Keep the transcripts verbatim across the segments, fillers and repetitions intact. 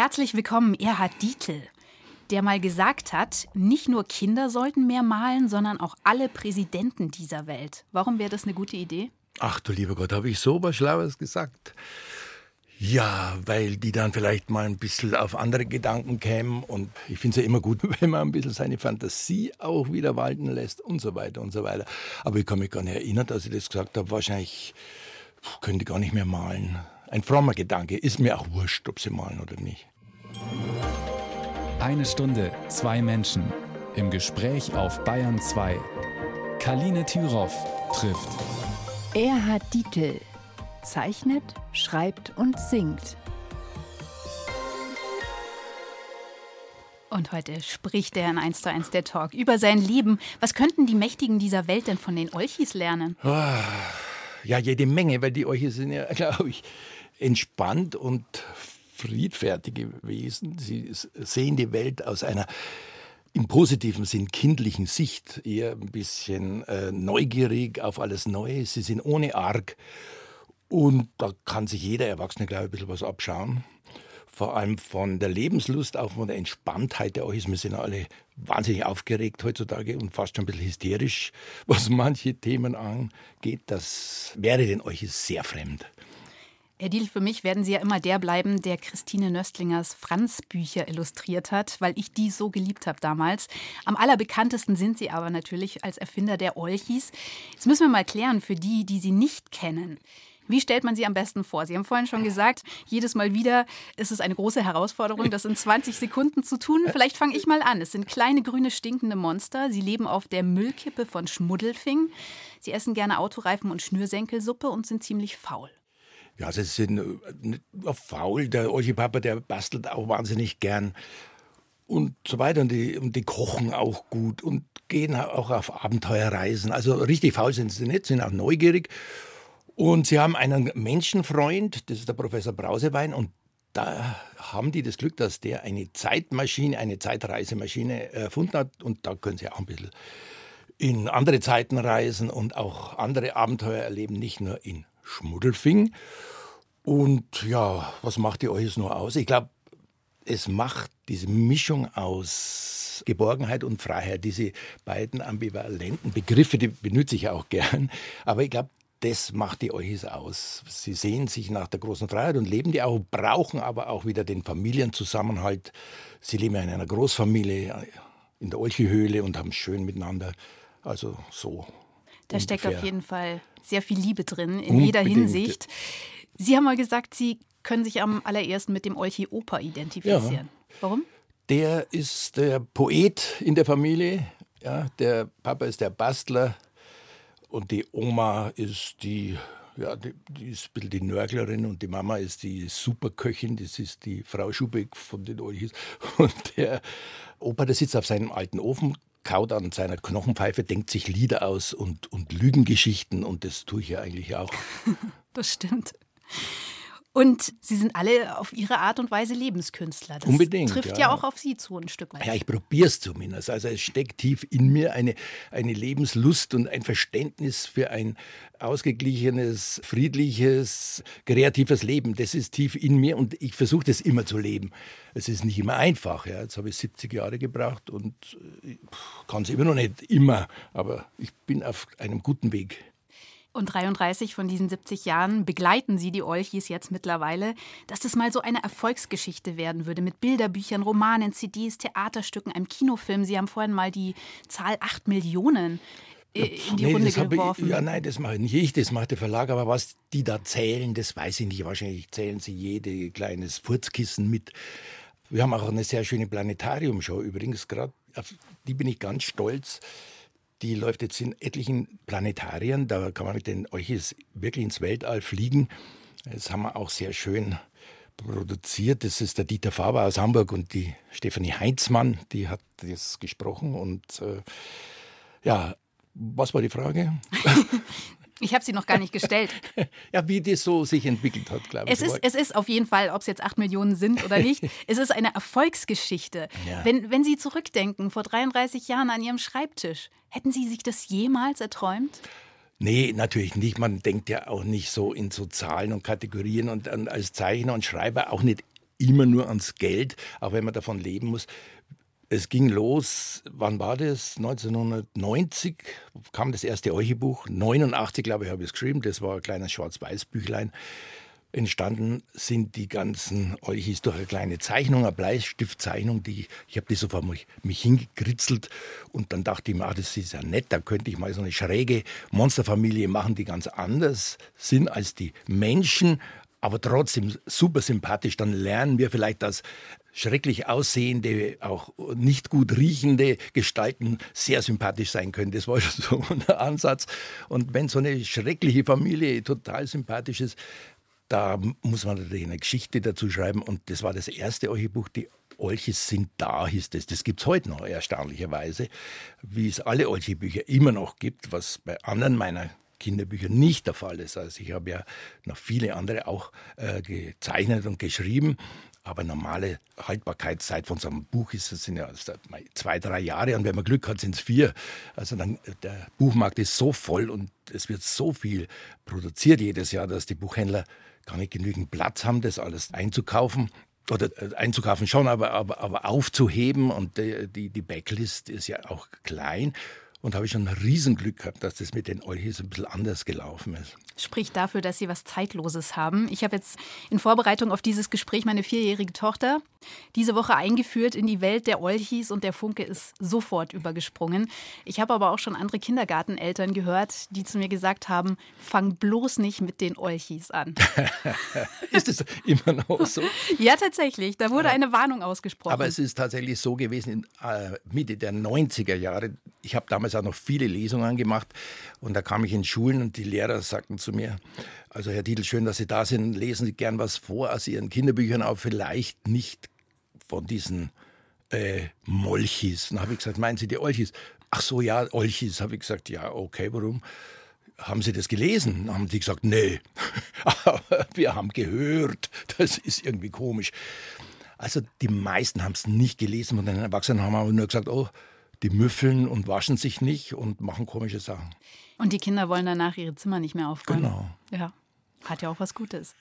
Herzlich willkommen, Erhard Dietl, der mal gesagt hat, nicht nur Kinder sollten mehr malen, sondern auch alle Präsidenten dieser Welt. Warum wäre das eine gute Idee? Ach du lieber Gott, habe ich so was Schlaues gesagt? Ja, weil die dann vielleicht mal ein bisschen auf andere Gedanken kämen. Und ich finde es ja immer gut, wenn man ein bisschen seine Fantasie auch wieder walten lässt und so weiter und so weiter. Aber ich kann mich gar nicht erinnern, dass ich das gesagt habe. Wahrscheinlich könnte ich gar nicht mehr malen. Ein frommer Gedanke. Ist mir auch wurscht, ob sie malen oder nicht. Eine Stunde, zwei Menschen. Im Gespräch auf Bayern zwei. Kaline Thüroff trifft Erhard Dietl. Zeichnet, schreibt und singt. Und heute spricht er in eins zu eins der Talk über sein Leben. Was könnten die Mächtigen dieser Welt denn von den Olchis lernen? Ja, jede Menge, weil die Olchis sind ja, glaube ich, entspannt und friedfertige Wesen. Sie sehen die Welt aus einer im positiven Sinn kindlichen Sicht, eher ein bisschen äh, neugierig auf alles Neue. Sie sind ohne Arg. Und da kann sich jeder Erwachsene, glaube ich, ein bisschen was abschauen. Vor allem von der Lebenslust, auch von der Entspanntheit der Olchis. Wir sind alle wahnsinnig aufgeregt heutzutage und fast schon ein bisschen hysterisch, was manche Themen angeht. Das wäre den Olchis sehr fremd. Herr Dietl, für mich werden Sie ja immer der bleiben, der Christine Nöstlingers Franz-Bücher illustriert hat, weil ich die so geliebt habe damals. Am allerbekanntesten sind Sie aber natürlich als Erfinder der Olchis. Jetzt müssen wir mal klären, für die, die Sie nicht kennen. Wie stellt man sie am besten vor? Sie haben vorhin schon gesagt, jedes Mal wieder ist es eine große Herausforderung, das in zwanzig Sekunden zu tun. Vielleicht fange ich mal an. Es sind kleine, grüne, stinkende Monster. Sie leben auf der Müllkippe von Schmuddelfing. Sie essen gerne Autoreifen und Schnürsenkelsuppe und sind ziemlich faul. Ja, sie sind nicht nur faul. Der Olchi-Papa, der bastelt auch wahnsinnig gern und so weiter. Und die, und die kochen auch gut und gehen auch auf Abenteuerreisen. Also richtig faul sind sie nicht, sind auch neugierig. Und sie haben einen Menschenfreund, das ist der Professor Brausewein. Und da haben die das Glück, dass der eine Zeitmaschine, eine Zeitreisemaschine erfunden hat. Und da können sie auch ein bisschen in andere Zeiten reisen und auch andere Abenteuer erleben, nicht nur in Schmuddelfing. Und ja, was macht die Olchis nur aus? Ich glaube, es macht diese Mischung aus Geborgenheit und Freiheit, diese beiden ambivalenten Begriffe, die benutze ich auch gern. Aber ich glaube, das macht die Olchis aus. Sie sehen sich nach der großen Freiheit und leben die auch, brauchen aber auch wieder den Familienzusammenhalt. Sie leben in einer Großfamilie in der Olchi-Höhle und haben es schön miteinander. Also so. Da steckt ungefähr. Auf jeden Fall sehr viel Liebe drin, in Unbedingt. jeder Hinsicht. Sie haben mal gesagt, Sie können sich am allerersten mit dem Olchi-Opa identifizieren. Ja. Warum? Der ist der Poet in der Familie. Ja, der Papa ist der Bastler. Und die Oma ist die, ja, die, die ist ein bisschen die Nörglerin und die Mama ist die Superköchin, das ist die Frau Schubeck von den Olchis. Und der Opa, der sitzt auf seinem alten Ofen, kaut an seiner Knochenpfeife, denkt sich Lieder aus und, und Lügengeschichten und das tue ich ja eigentlich auch. Das stimmt. Und Sie sind alle auf Ihre Art und Weise Lebenskünstler. Das Unbedingt, trifft ja. ja auch auf Sie zu ein Stück weit. Ja, ich probiere es zumindest. Also es steckt tief in mir eine, eine Lebenslust und ein Verständnis für ein ausgeglichenes, friedliches, kreatives Leben. Das ist tief in mir und ich versuche das immer zu leben. Es ist nicht immer einfach. Ja. Jetzt habe ich siebzig Jahre gebraucht und kann es immer noch nicht immer, aber ich bin auf einem guten Weg. Und dreiunddreißig von diesen siebzig Jahren begleiten Sie die Olchis jetzt mittlerweile, dass das mal so eine Erfolgsgeschichte werden würde mit Bilderbüchern, Romanen, C Ds, Theaterstücken, einem Kinofilm. Sie haben vorhin mal die Zahl acht Millionen in die nee, Runde das geworfen. Ich, ja, nein, das mache nicht ich, das macht der Verlag. Aber was die da zählen, das weiß ich nicht. Wahrscheinlich zählen sie jede kleines Furzkissen mit. Wir haben auch eine sehr schöne Planetarium-Show übrigens gerade. Auf die bin ich ganz stolz. Die läuft jetzt in etlichen Planetarien. Da kann man mit den Olchis wirklich ins Weltall fliegen. Das haben wir auch sehr schön produziert. Das ist der Dieter Faber aus Hamburg und die Stefanie Heinzmann, die hat das gesprochen. Und äh, ja, was war die Frage? Ich habe sie noch gar nicht gestellt. Ja, wie das so sich entwickelt hat, glaube ich. Es ist, es ist auf jeden Fall, ob es jetzt acht Millionen sind oder nicht, es ist eine Erfolgsgeschichte. Ja. Wenn, wenn Sie zurückdenken, vor dreiunddreißig Jahren an Ihrem Schreibtisch, hätten Sie sich das jemals erträumt? Nee, natürlich nicht. Man denkt ja auch nicht so in so Zahlen und Kategorien und, und als Zeichner und Schreiber auch nicht immer nur ans Geld, auch wenn man davon leben muss. Es ging los, wann war das? neunzehnhundertneunzig kam das erste Olchi-Buch. neunundachtzig, glaube ich, habe ich es geschrieben. Das war ein kleines Schwarz-Weiß-Büchlein. Entstanden sind die ganzen Olchis durch eine kleine Zeichnung, eine Bleistiftzeichnung. Die, ich habe die so vor mich, mich hingekritzelt und dann dachte ich mir, ah, das ist ja nett, da könnte ich mal so eine schräge Monsterfamilie machen, die ganz anders sind als die Menschen, aber trotzdem super sympathisch. Dann lernen wir vielleicht, dass schrecklich aussehende, auch nicht gut riechende Gestalten sehr sympathisch sein können. Das war schon so ein Ansatz. Und wenn so eine schreckliche Familie total sympathisch ist, da muss man natürlich eine Geschichte dazu schreiben. Und das war das erste Olchi-Buch, die Olchis sind da, hieß das. Das gibt es heute noch, erstaunlicherweise, wie es alle Olchi-Bücher immer noch gibt, was bei anderen meiner Kinderbücher nicht der Fall ist. Also ich habe ja noch viele andere auch äh, gezeichnet und geschrieben. Aber normale Haltbarkeitszeit von so einem Buch ist, das sind ja zwei, drei Jahre und wenn man Glück hat, sind es vier. Also dann, der Buchmarkt ist so voll und es wird so viel produziert jedes Jahr, dass die Buchhändler gar nicht genügend Platz haben, das alles einzukaufen. Oder äh, einzukaufen schon, aber, aber, aber aufzuheben und die, die, die Backlist ist ja auch klein. Und da habe ich schon ein Riesenglück gehabt, dass das mit den Olchis ein bisschen anders gelaufen ist. Spricht dafür, dass Sie was Zeitloses haben. Ich habe jetzt in Vorbereitung auf dieses Gespräch meine vierjährige Tochter diese Woche eingeführt in die Welt der Olchis und der Funke ist sofort übergesprungen. Ich habe aber auch schon andere Kindergarteneltern gehört, die zu mir gesagt haben, fang bloß nicht mit den Olchis an. Ist das immer noch so? Ja, tatsächlich. Da wurde eine Warnung ausgesprochen. Aber es ist tatsächlich so gewesen, in äh, Mitte der neunziger Jahre, ich habe damals auch noch viele Lesungen gemacht und da kam ich in Schulen und die Lehrer sagten zu mir, also Herr Dietl, schön, dass Sie da sind, lesen Sie gern was vor aus Ihren Kinderbüchern, aber vielleicht nicht von diesen äh, Molchis. Dann habe ich gesagt, meinen Sie die Olchis? Ach so, ja, Olchis. Habe ich gesagt, ja, okay, warum? Haben Sie das gelesen? Dann haben die gesagt, nee, aber wir haben gehört, das ist irgendwie komisch. Also die meisten haben es nicht gelesen und den Erwachsenen haben aber nur gesagt, oh, die müffeln und waschen sich nicht und machen komische Sachen. Und die Kinder wollen danach ihre Zimmer nicht mehr aufräumen. Genau. Ja, hat ja auch was Gutes.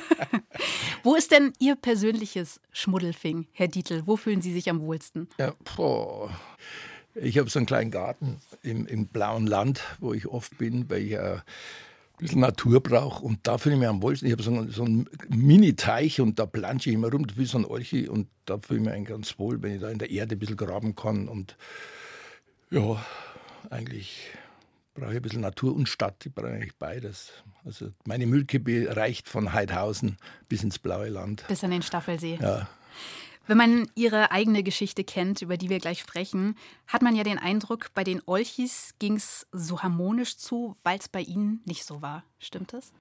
Wo ist denn Ihr persönliches Schmuddelfing, Herr Dietl? Wo fühlen Sie sich am wohlsten? Ja, boah. Ich habe so einen kleinen Garten im, im blauen Land, wo ich oft bin, weil ich ein bisschen Natur brauche. Und da fühle ich mich am wohlsten. Ich habe so einen, so einen Mini-Teich und da plansche ich immer rum, wie so ein Olchi. Und da fühle ich mich eigentlich ganz wohl, wenn ich da in der Erde ein bisschen graben kann. Und ja, eigentlich brauche ich ein bisschen Natur und Stadt. Ich brauche eigentlich beides. Also meine Müllkippe reicht von Heidhausen bis ins blaue Land. Bis an den Staffelsee. Ja. Wenn man Ihre eigene Geschichte kennt, über die wir gleich sprechen, hat man ja den Eindruck, bei den Olchis ging es so harmonisch zu, weil es bei Ihnen nicht so war. Stimmt das?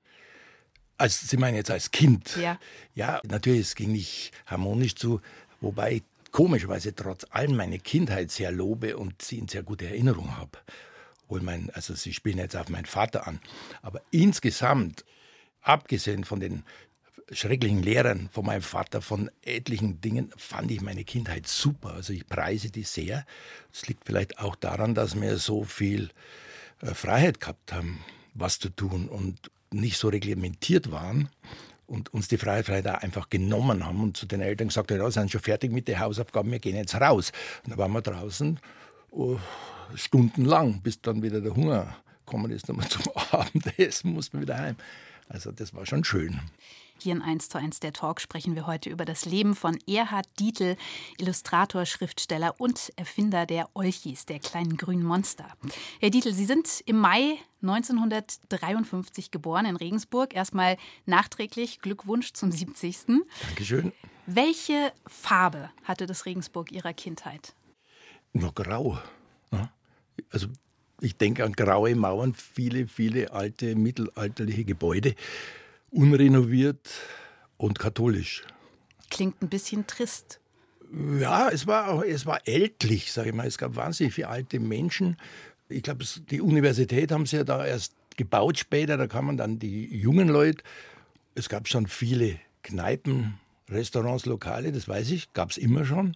Also Sie meinen jetzt als Kind? Ja. Ja, natürlich, es ging nicht harmonisch zu, wobei ich komischerweise trotz allem meine Kindheit sehr lobe und sie in sehr gute Erinnerung habe. Obwohl mein, also Sie spielen jetzt auf meinen Vater an. Aber insgesamt, abgesehen von den schrecklichen Lehrern von meinem Vater, von etlichen Dingen, fand ich meine Kindheit super. Also ich preise die sehr. Es liegt vielleicht auch daran, dass wir so viel äh, Freiheit gehabt haben, was zu tun und nicht so reglementiert waren und uns die Freiheit vielleicht auch einfach genommen haben und zu den Eltern gesagt haben, ja, wir sind schon fertig mit den Hausaufgaben, wir gehen jetzt raus. Und dann waren wir draußen oh, stundenlang, bis dann wieder der Hunger gekommen ist, dann zum Abendessen mussten wir wieder heim. Also das war schon schön. Hier in eins zu eins der Talk sprechen wir heute über das Leben von Erhard Dietl, Illustrator, Schriftsteller und Erfinder der Olchis, der kleinen grünen Monster. Herr Dietl, Sie sind im Mai neunzehnhundertdreiundfünfzig geboren in Regensburg. Erstmal nachträglich Glückwunsch zum siebzigsten Dankeschön. Welche Farbe hatte das Regensburg Ihrer Kindheit? Nur grau. Ja. Also ich denke an graue Mauern, viele, viele alte, mittelalterliche Gebäude. Unrenoviert und katholisch. Klingt ein bisschen trist. Ja, es war, auch, es war ältlich, sage ich mal. Es gab wahnsinnig viele alte Menschen. Ich glaube, die Universität haben sie ja da erst gebaut später. Da kamen dann die jungen Leute. Es gab schon viele Kneipen, Restaurants, Lokale, das weiß ich, gab es immer schon.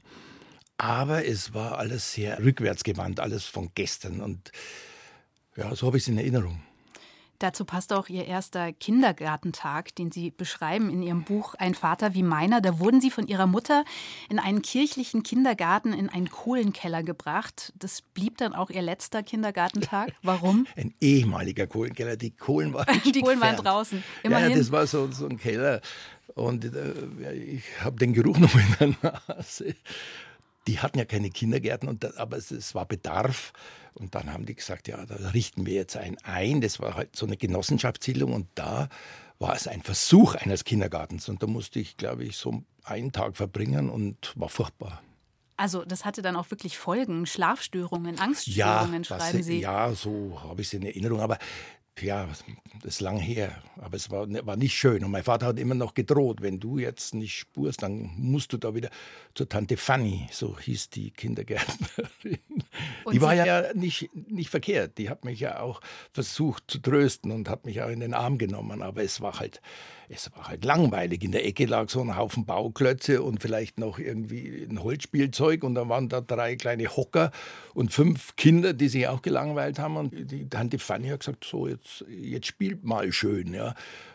Aber es war alles sehr rückwärtsgewandt, alles von gestern. Und ja, so habe ich es in Erinnerung. Dazu passt auch Ihr erster Kindergartentag, den Sie beschreiben in Ihrem Buch Ein Vater wie meiner. Da wurden Sie von Ihrer Mutter in einen kirchlichen Kindergarten in einen Kohlenkeller gebracht. Das blieb dann auch Ihr letzter Kindergartentag. Warum? Ein ehemaliger Kohlenkeller. Die Kohlen waren Die Kohlen waren draußen, immerhin. Ja, das war so, so ein Keller. Und äh, ich habe den Geruch noch in der Nase. Die hatten ja keine Kindergärten, und da, aber es, es war Bedarf. Und dann haben die gesagt, ja, da richten wir jetzt einen ein. Das war halt so eine Genossenschaftssiedlung, und da war es ein Versuch eines Kindergartens. Und da musste ich, glaube ich, so einen Tag verbringen und war furchtbar. Also das hatte dann auch wirklich Folgen, Schlafstörungen, Angststörungen, ja, schreiben Sie. Ja, so habe ich es in Erinnerung. Aber ja, das ist lang her, aber es war, war nicht schön. Und mein Vater hat immer noch gedroht, wenn du jetzt nicht spurst, dann musst du da wieder zur Tante Fanny, so hieß die Kindergärtnerin. Und die war ja nicht, nicht verkehrt, die hat mich ja auch versucht zu trösten und hat mich auch in den Arm genommen, aber es war halt, es war halt langweilig. In der Ecke lag so ein Haufen Bauklötze und vielleicht noch irgendwie ein Holzspielzeug, und dann waren da drei kleine Hocker und fünf Kinder, die sich auch gelangweilt haben, und die Tante Fanny hat gesagt, so jetzt, jetzt spielt mal schön, ja.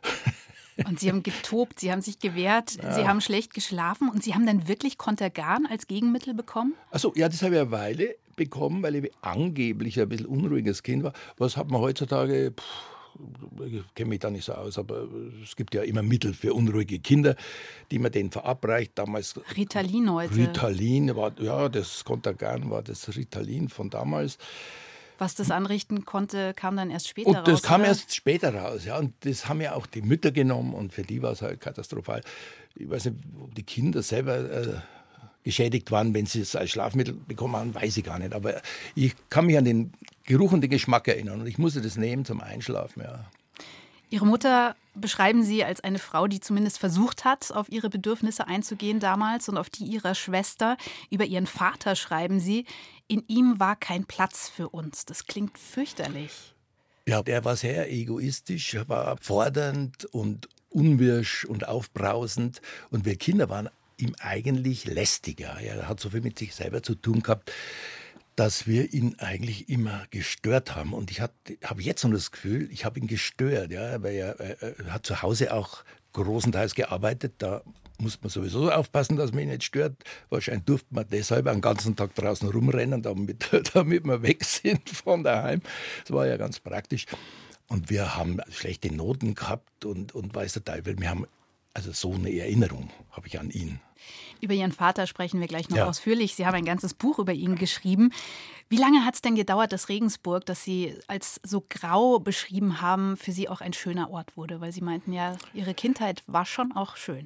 Und Sie haben getobt, Sie haben sich gewehrt, ja. Sie haben schlecht geschlafen, und Sie haben dann wirklich Contergan als Gegenmittel bekommen? Achso, ja, das habe ich eine Weile bekommen, weil ich angeblich ein bisschen unruhiges Kind war. Was hat man heutzutage? Puh, ich kenne mich da nicht so aus, aber es gibt ja immer Mittel für unruhige Kinder, die man denen verabreicht. Damals Ritalin heute. Ritalin, war, ja, das Contergan war das Ritalin von damals. Was das anrichten konnte, kam dann erst später raus. Und das kam oder? erst später raus, ja. Und das haben ja auch die Mütter genommen, und für die war es halt katastrophal. Ich weiß nicht, ob die Kinder selber äh, geschädigt waren, wenn sie es als Schlafmittel bekommen haben, weiß ich gar nicht. Aber ich kann mich an den Geruch und den Geschmack erinnern, und ich musste das nehmen zum Einschlafen, ja. Ihre Mutter beschreiben Sie als eine Frau, die zumindest versucht hat, auf ihre Bedürfnisse einzugehen damals und auf die ihrer Schwester. Über Ihren Vater schreiben Sie, in ihm war kein Platz für uns. Das klingt fürchterlich. Ja, der war sehr egoistisch, war fordernd und unwirsch und aufbrausend. Und wir Kinder waren ihm eigentlich lästiger. Er hat so viel mit sich selber zu tun gehabt, dass wir ihn eigentlich immer gestört haben. Und ich habe jetzt noch das Gefühl, ich habe ihn gestört, ja, weil er, er hat zu Hause auch großenteils gearbeitet. Da muss man sowieso aufpassen, dass man ihn nicht stört. Wahrscheinlich durfte man deshalb einen ganzen Tag draußen rumrennen, damit, damit wir weg sind von daheim. Das war ja ganz praktisch. Und wir haben schlechte Noten gehabt und, und weiß der Teufel, wir haben also so eine Erinnerung habe ich an ihn. Über Ihren Vater sprechen wir gleich noch ja. ausführlich. Sie haben ein ganzes Buch über ihn geschrieben. Wie lange hat es denn gedauert, dass Regensburg, das Sie als so grau beschrieben haben, für Sie auch ein schöner Ort wurde? Weil Sie meinten ja, Ihre Kindheit war schon auch schön.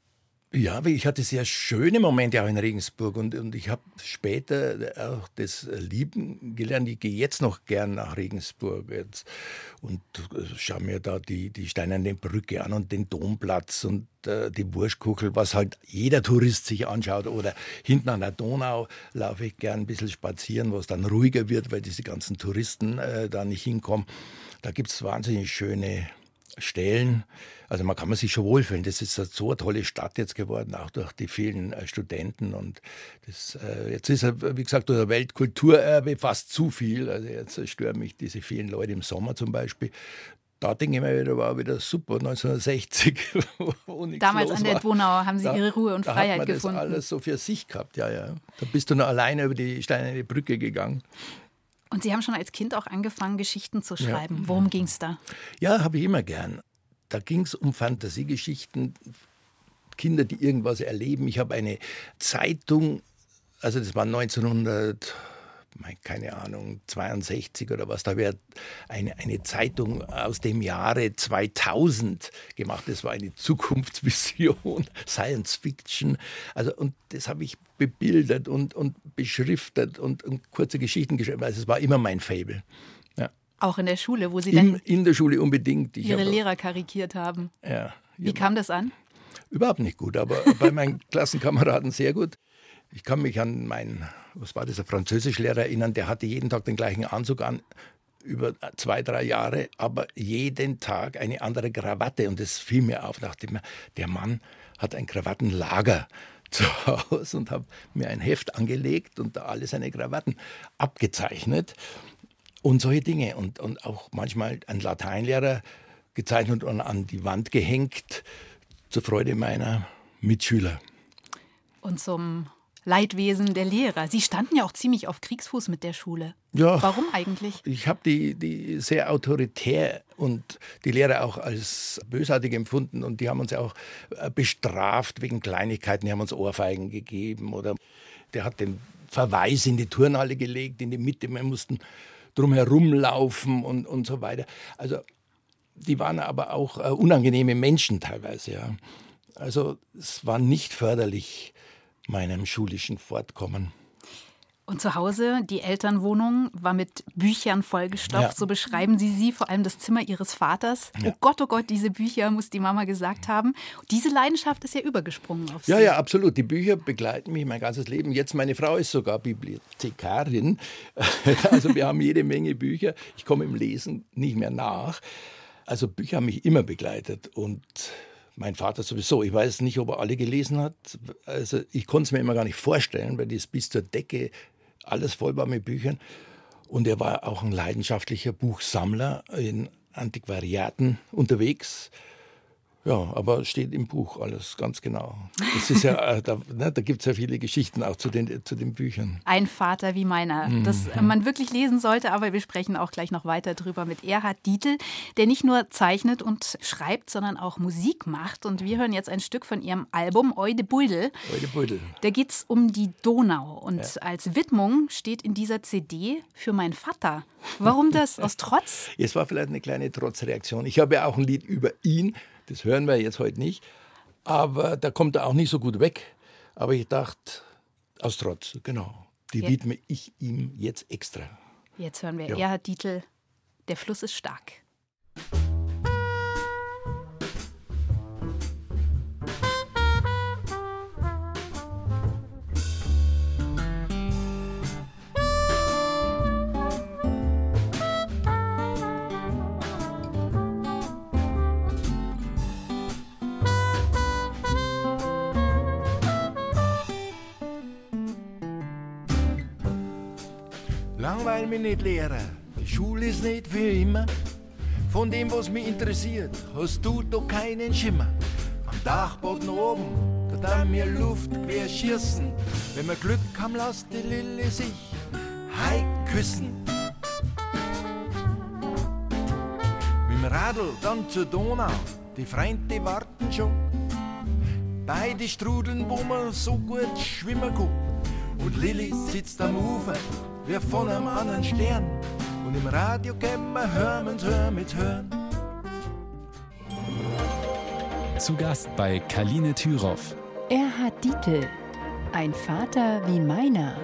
Ja, ich hatte sehr schöne Momente auch in Regensburg, und, und ich habe später auch das Lieben gelernt. Ich gehe jetzt noch gern nach Regensburg jetzt und schaue mir da die, die steinerne Brücke an und den Domplatz und äh, die Wurstkuchel, was halt jeder Tourist sich anschaut. Oder hinten an der Donau laufe ich gern ein bisschen spazieren, wo es dann ruhiger wird, weil diese ganzen Touristen äh, da nicht hinkommen. Da gibt es wahnsinnig schöne Stellen. Also man kann man sich schon wohlfühlen. Das ist so eine tolle Stadt jetzt geworden, auch durch die vielen äh, Studenten. Und das, äh, jetzt ist, wie gesagt, durch das Weltkulturerbe fast zu viel. Also jetzt stören mich diese vielen Leute im Sommer zum Beispiel. Da denke ich mir wieder, war wieder super, neunzehnhundertsechzig. Wo Damals an der war. Donau haben Sie da, Ihre Ruhe und da Freiheit hat man gefunden. Das alles so für sich gehabt, ja, ja. Da bist du noch alleine über die steinerne Brücke gegangen. Und Sie haben schon als Kind auch angefangen, Geschichten zu schreiben. Ja. Worum ging es da? Ja, habe ich immer gern. Da ging es um Fantasiegeschichten, Kinder, die irgendwas erleben. Ich habe eine Zeitung, also das war neunzehnhundert, keine Ahnung, zweiundsechzig oder was, da habe ich eine, eine Zeitung aus dem Jahre zweitausend gemacht. Das war eine Zukunftsvision, Science Fiction. Also, und das habe ich bebildert und, und beschriftet und, und kurze Geschichten geschrieben. Also es war immer mein Faible. Ja. Auch in der Schule, wo Sie dann in, in der Schule unbedingt. Ich Ihre habe, Lehrer karikiert haben. Ja. Wie kam das an? Überhaupt nicht gut, aber bei meinen Klassenkameraden sehr gut. Ich kann mich an meinen, was war das, ein Französischlehrer erinnern, der hatte jeden Tag den gleichen Anzug an, über zwei, drei Jahre, aber jeden Tag eine andere Krawatte. Und das fiel mir auf, nachdem der Mann hat ein Krawattenlager zu Hause und habe mir ein Heft angelegt und da alle seine Krawatten abgezeichnet. Und solche Dinge. Und, und auch manchmal ein Lateinlehrer gezeichnet und an die Wand gehängt, zur Freude meiner Mitschüler. Und zum Leidwesen der Lehrer. Sie standen ja auch ziemlich auf Kriegsfuß mit der Schule. Ja. Warum eigentlich? Ich habe die, die sehr autoritär und die Lehrer auch als bösartig empfunden. Und die haben uns ja auch bestraft wegen Kleinigkeiten. Die haben uns Ohrfeigen gegeben. Oder der hat den Verweis in die Turnhalle gelegt, in die Mitte. Wir mussten drum herumlaufen und, und so weiter. Also die waren aber auch äh, unangenehme Menschen teilweise. Ja. Also es war nicht förderlich meinem schulischen Fortkommen. Und zu Hause, die Elternwohnung war mit Büchern vollgestopft. Ja. So beschreiben Sie sie, vor allem das Zimmer Ihres Vaters. Ja. Oh Gott, oh Gott, diese Bücher, muss die Mama gesagt haben. Diese Leidenschaft ist ja übergesprungen auf Sie. Ja, ja, absolut. Die Bücher begleiten mich mein ganzes Leben. Jetzt, meine Frau ist sogar Bibliothekarin. Also wir haben jede Menge Bücher. Ich komme im Lesen nicht mehr nach. Also Bücher haben mich immer begleitet und mein Vater sowieso. Ich weiß nicht, ob er alle gelesen hat. Also ich konnte es mir immer gar nicht vorstellen, weil das bis zur Decke alles voll war mit Büchern. Und er war auch ein leidenschaftlicher Buchsammler in Antiquariaten unterwegs. Ja, aber steht im Buch alles ganz genau. Das ist ja, da, ne, da gibt es ja viele Geschichten auch zu den, zu den Büchern. Ein Vater wie meiner, mhm. das man wirklich lesen sollte, aber wir sprechen auch gleich noch weiter drüber mit Erhard Dietl, der nicht nur zeichnet und schreibt, sondern auch Musik macht. Und wir hören jetzt ein Stück von ihrem Album Oide Buidel. Oide Buidel. Da geht es um die Donau. Und ja. als Widmung steht in dieser C D für meinen Vater. Warum das? Aus Trotz? Es war vielleicht eine kleine Trotzreaktion. Ich habe ja auch ein Lied über ihn. Das hören wir jetzt heute nicht, aber da kommt er auch nicht so gut weg. Aber ich dachte, aus Trotz, genau, die ja. widme ich ihm jetzt extra. Jetzt hören wir ja. Erhard Dietl, Der Fluss ist stark. Langweil mich nicht, Lehrer, die Schule ist nicht für immer. Von dem, was mich interessiert, hast du doch keinen Schimmer. Am Dachboden oben, da darf mir Luft quer schießen. Wenn wir Glück haben, lasst die Lille sich heik küssen. Mit dem Radl dann zur Donau, die Freunde warten schon. Beide Strudeln, wo man so gut schwimmen kann. Und Lilli sitzt am Ufer, wie von einem anderen Stern. Und im Radio können wir hören und hören mit hören. Zu Gast bei Kaline Thüroff. Erhard Dietl, ein Vater wie meiner.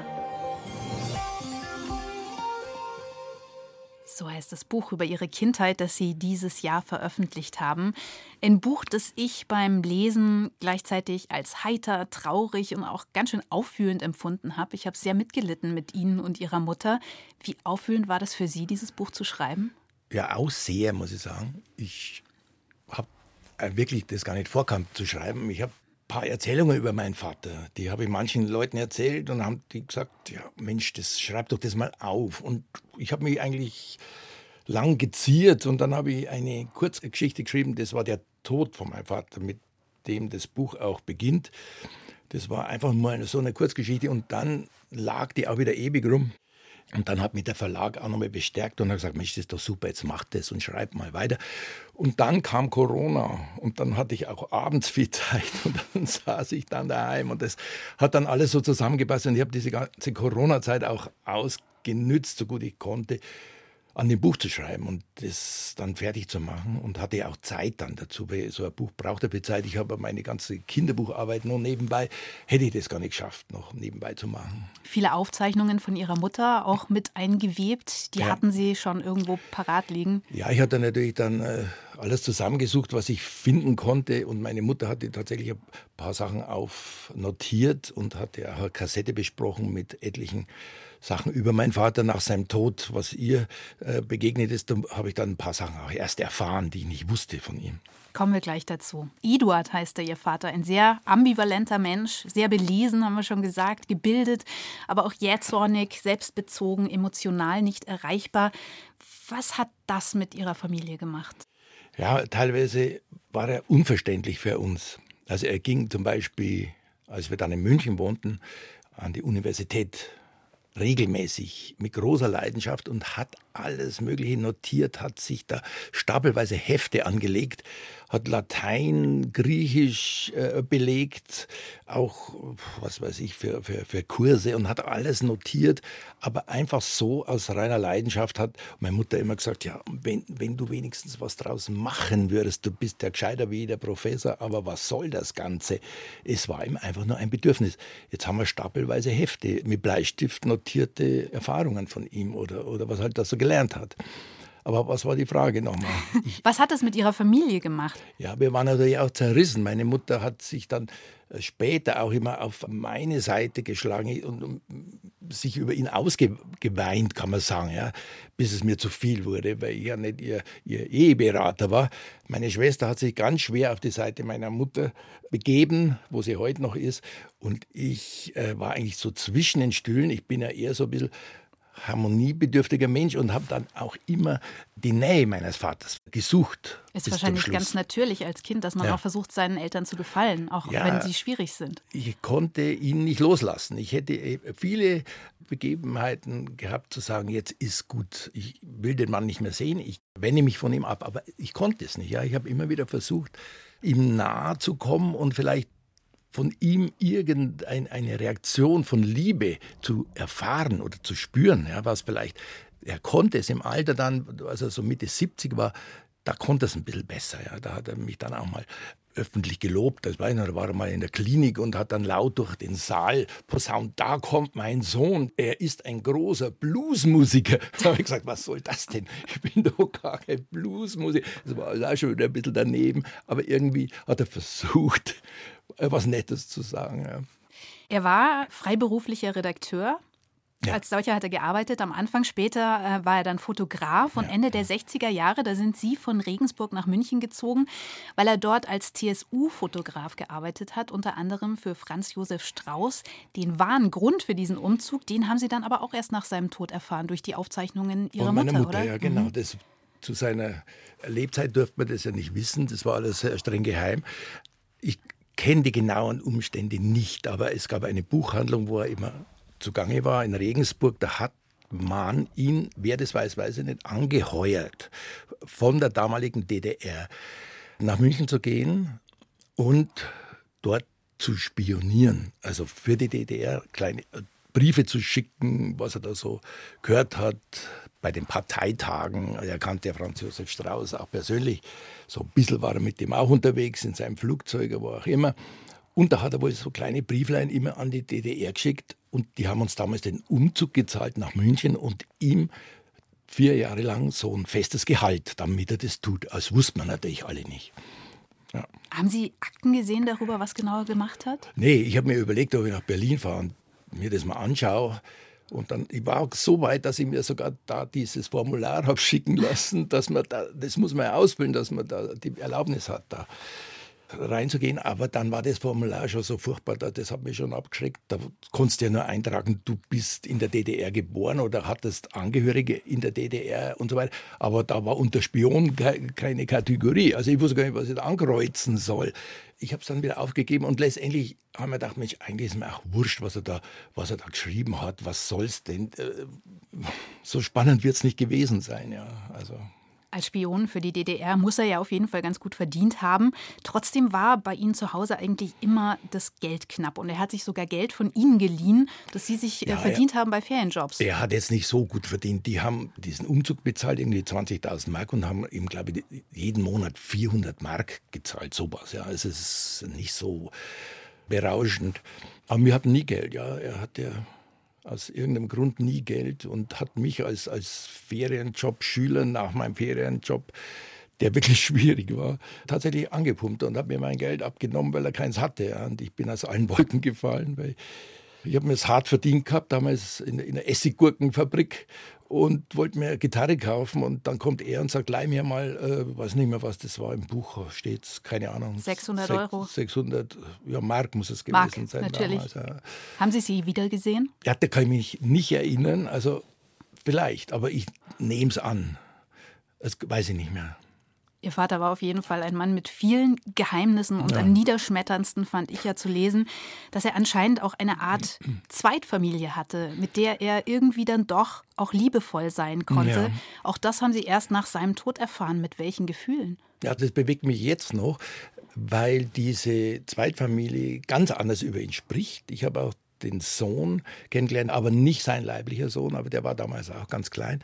So heißt das Buch über ihre Kindheit, das sie dieses Jahr veröffentlicht haben. Ein Buch, das ich beim Lesen gleichzeitig als heiter, traurig und auch ganz schön aufwühlend empfunden habe. Ich habe sehr mitgelitten mit Ihnen und Ihrer Mutter. Wie aufwühlend war das für Sie, dieses Buch zu schreiben? Ja, auch sehr, muss ich sagen. Ich habe wirklich das gar nicht vorgehabt zu schreiben. Ich habe ein paar Erzählungen über meinen Vater. Die habe ich manchen Leuten erzählt und haben die gesagt, ja Mensch, das schreib doch das mal auf. Und ich habe mich eigentlich lang geziert und dann habe ich eine Kurzgeschichte geschrieben, das war der Tod von meinem Vater, mit dem das Buch auch beginnt. Das war einfach mal so eine Kurzgeschichte und dann lag die auch wieder ewig rum. Und dann hat mich der Verlag auch nochmal bestärkt und hat gesagt, Mensch, das ist doch super, jetzt mach das und schreib mal weiter. Und dann kam Corona und dann hatte ich auch abends viel Zeit und dann saß ich dann daheim und das hat dann alles so zusammengepasst und ich habe diese ganze Corona-Zeit auch ausgenützt, so gut ich konnte, an dem Buch zu schreiben und das dann fertig zu machen und hatte auch Zeit dann dazu, weil so ein Buch braucht ein bisschen Zeit. Ich habe meine ganze Kinderbucharbeit noch nebenbei, hätte ich das gar nicht geschafft, noch nebenbei zu machen. Viele Aufzeichnungen von Ihrer Mutter auch mit eingewebt, die ja. hatten Sie schon irgendwo parat liegen? Ja, ich hatte natürlich dann äh, alles zusammengesucht, was ich finden konnte und meine Mutter hatte tatsächlich ein paar Sachen aufnotiert und hatte auch eine Kassette besprochen mit etlichen Sachen über meinen Vater nach seinem Tod, was ihr äh, begegnet ist. Da habe ich dann ein paar Sachen auch erst erfahren, die ich nicht wusste von ihm. Kommen wir gleich dazu. Eduard heißt er, Ihr Vater. Ein sehr ambivalenter Mensch, sehr belesen, haben wir schon gesagt, gebildet, aber auch jähzornig, selbstbezogen, emotional nicht erreichbar. Was hat das mit Ihrer Familie gemacht? Ja, teilweise war er unverständlich für uns. Also er ging zum Beispiel, als wir dann in München wohnten, an die Universität regelmäßig mit großer Leidenschaft und hat alles Mögliche notiert, hat sich da stapelweise Hefte angelegt, hat Latein, Griechisch äh, belegt, auch, was weiß ich, für, für, für Kurse und hat alles notiert, aber einfach so aus reiner Leidenschaft hat meine Mutter immer gesagt, ja, wenn, wenn du wenigstens was draus machen würdest, du bist ja gescheiter wie der Professor, aber was soll das Ganze? Es war ihm einfach nur ein Bedürfnis. Jetzt haben wir stapelweise Hefte mit Bleistift notierte Erfahrungen von ihm oder, oder was halt das so gelernt hat. Aber was war die Frage nochmal? Ich, was hat das mit Ihrer Familie gemacht? Ja, wir waren natürlich auch zerrissen. Meine Mutter hat sich dann später auch immer auf meine Seite geschlagen und, und sich über ihn ausgeweint, kann man sagen, ja, bis es mir zu viel wurde, weil ich ja nicht ihr, ihr Eheberater war. Meine Schwester hat sich ganz schwer auf die Seite meiner Mutter begeben, wo sie heute noch ist. Und ich äh, war eigentlich so zwischen den Stühlen. Ich bin ja eher so ein bisschen harmoniebedürftiger Mensch und habe dann auch immer die Nähe meines Vaters gesucht. Ist wahrscheinlich ganz natürlich als Kind, dass man ja. auch versucht, seinen Eltern zu gefallen, auch ja, wenn sie schwierig sind. Ich konnte ihn nicht loslassen. Ich hätte viele Begebenheiten gehabt, zu sagen, jetzt ist gut, ich will den Mann nicht mehr sehen, ich wende mich von ihm ab, aber ich konnte es nicht. Ja. Ich habe immer wieder versucht, ihm nahe zu kommen und vielleicht von ihm irgendeine Reaktion von Liebe zu erfahren oder zu spüren, ja, was vielleicht, er konnte es im Alter dann, als er so Mitte siebzig war, da konnte es ein bisschen besser, ja, da hat er mich dann auch mal öffentlich gelobt, das war, da war er mal in der Klinik und hat dann laut durch den Saal posaunt, da kommt mein Sohn, er ist ein großer Bluesmusiker. Da habe ich gesagt, was soll das denn? Ich bin doch gar kein Bluesmusiker. Das war auch schon wieder ein bisschen daneben, aber irgendwie hat er versucht, was Nettes zu sagen. Ja. Er war freiberuflicher Redakteur. Ja. Als solcher hat er gearbeitet. Am Anfang später äh, war er dann Fotograf. Und ja. Ende der sechziger Jahre, da sind Sie von Regensburg nach München gezogen, weil er dort als T S U-Fotograf gearbeitet hat, unter anderem für Franz Josef Strauß. Den wahren Grund für diesen Umzug, den haben Sie dann aber auch erst nach seinem Tod erfahren, durch die Aufzeichnungen Ihrer Von meiner Mutter, Mutter, oder? Ja, genau. Mhm. Das, zu seiner Lebzeit durfte man das ja nicht wissen. Das war alles sehr streng geheim. Ich kenne die genauen Umstände nicht, aber es gab eine Buchhandlung, wo er immer zugange war, in Regensburg. Da hat man ihn, wer das weiß, weiß ich nicht, angeheuert, von der damaligen D D R nach München zu gehen und dort zu spionieren. Also für die D D R kleine Briefe zu schicken, was er da so gehört hat bei den Parteitagen. Er kannte ja Franz Josef Strauß auch persönlich. So ein bisschen war er mit dem auch unterwegs, in seinem Flugzeug, wo auch immer. Und da hat er wohl so kleine Brieflein immer an die D D R geschickt. Und die haben uns damals den Umzug gezahlt nach München und ihm vier Jahre lang so ein festes Gehalt, damit er das tut. Das wusste man natürlich alle nicht. Ja. Haben Sie Akten gesehen darüber, was genau er gemacht hat? Nee, ich habe mir überlegt, ob ich nach Berlin fahre und mir das mal anschaue. Und dann, ich war auch so weit, dass ich mir sogar da dieses Formular habe schicken lassen, dass man da, das muss man ja ausfüllen, dass man da die Erlaubnis hat, da reinzugehen. Aber dann war das Formular schon so furchtbar, das hat mich schon abgeschreckt. Da konntest du ja nur eintragen, du bist in der D D R geboren oder hattest Angehörige in der D D R und so weiter. Aber da war unter Spion keine Kategorie. Also ich wusste gar nicht, was ich da ankreuzen soll. Ich habe es dann wieder aufgegeben und letztendlich haben wir gedacht, Mensch, eigentlich ist mir auch wurscht, was er da, was er da geschrieben hat. Was soll's denn? So spannend wird es nicht gewesen sein, ja. Also. Als Spion für die D D R muss er ja auf jeden Fall ganz gut verdient haben. Trotzdem war bei Ihnen zu Hause eigentlich immer das Geld knapp. Und er hat sich sogar Geld von Ihnen geliehen, das Sie sich ja, verdient er, haben bei Ferienjobs. Er hat jetzt nicht so gut verdient. Die haben diesen Umzug bezahlt, irgendwie zwanzigtausend Mark und haben ihm, glaube ich, jeden Monat vierhundert Mark gezahlt. Sowas, ja. Also es ist nicht so berauschend. Aber wir hatten nie Geld, ja. Er hat ja aus irgendeinem Grund nie Geld und hat mich als, als Ferienjob-Schüler nach meinem Ferienjob der wirklich schwierig war, tatsächlich angepumpt und hat mir mein Geld abgenommen, weil er keins hatte. Ja. Und ich bin aus allen Wolken gefallen, weil ich habe mir es hart verdient gehabt, damals in, in einer Essiggurkenfabrik und wollte mir eine Gitarre kaufen und dann kommt er und sagt, leih mir mal, äh, weiß nicht mehr, was das war, im Buch steht's, keine Ahnung. sechshundert Sech- Euro? sechshundert, ja, Mark muss es gewesen Mark, sein. natürlich. Damals, ja. Haben Sie sie wiedergesehen? Ja, da kann ich mich nicht erinnern, also vielleicht, aber ich nehme es an. Das weiß ich nicht mehr. Ihr Vater war auf jeden Fall ein Mann mit vielen Geheimnissen und Ja. am niederschmetterndsten fand ich ja zu lesen, dass er anscheinend auch eine Art Zweitfamilie hatte, mit der er irgendwie dann doch auch liebevoll sein konnte. Ja. Auch das haben Sie erst nach seinem Tod erfahren. Mit welchen Gefühlen? Ja, das bewegt mich jetzt noch, weil diese Zweitfamilie ganz anders über ihn spricht. Ich habe auch den Sohn kennengelernt, aber nicht sein leiblicher Sohn, aber der war damals auch ganz klein.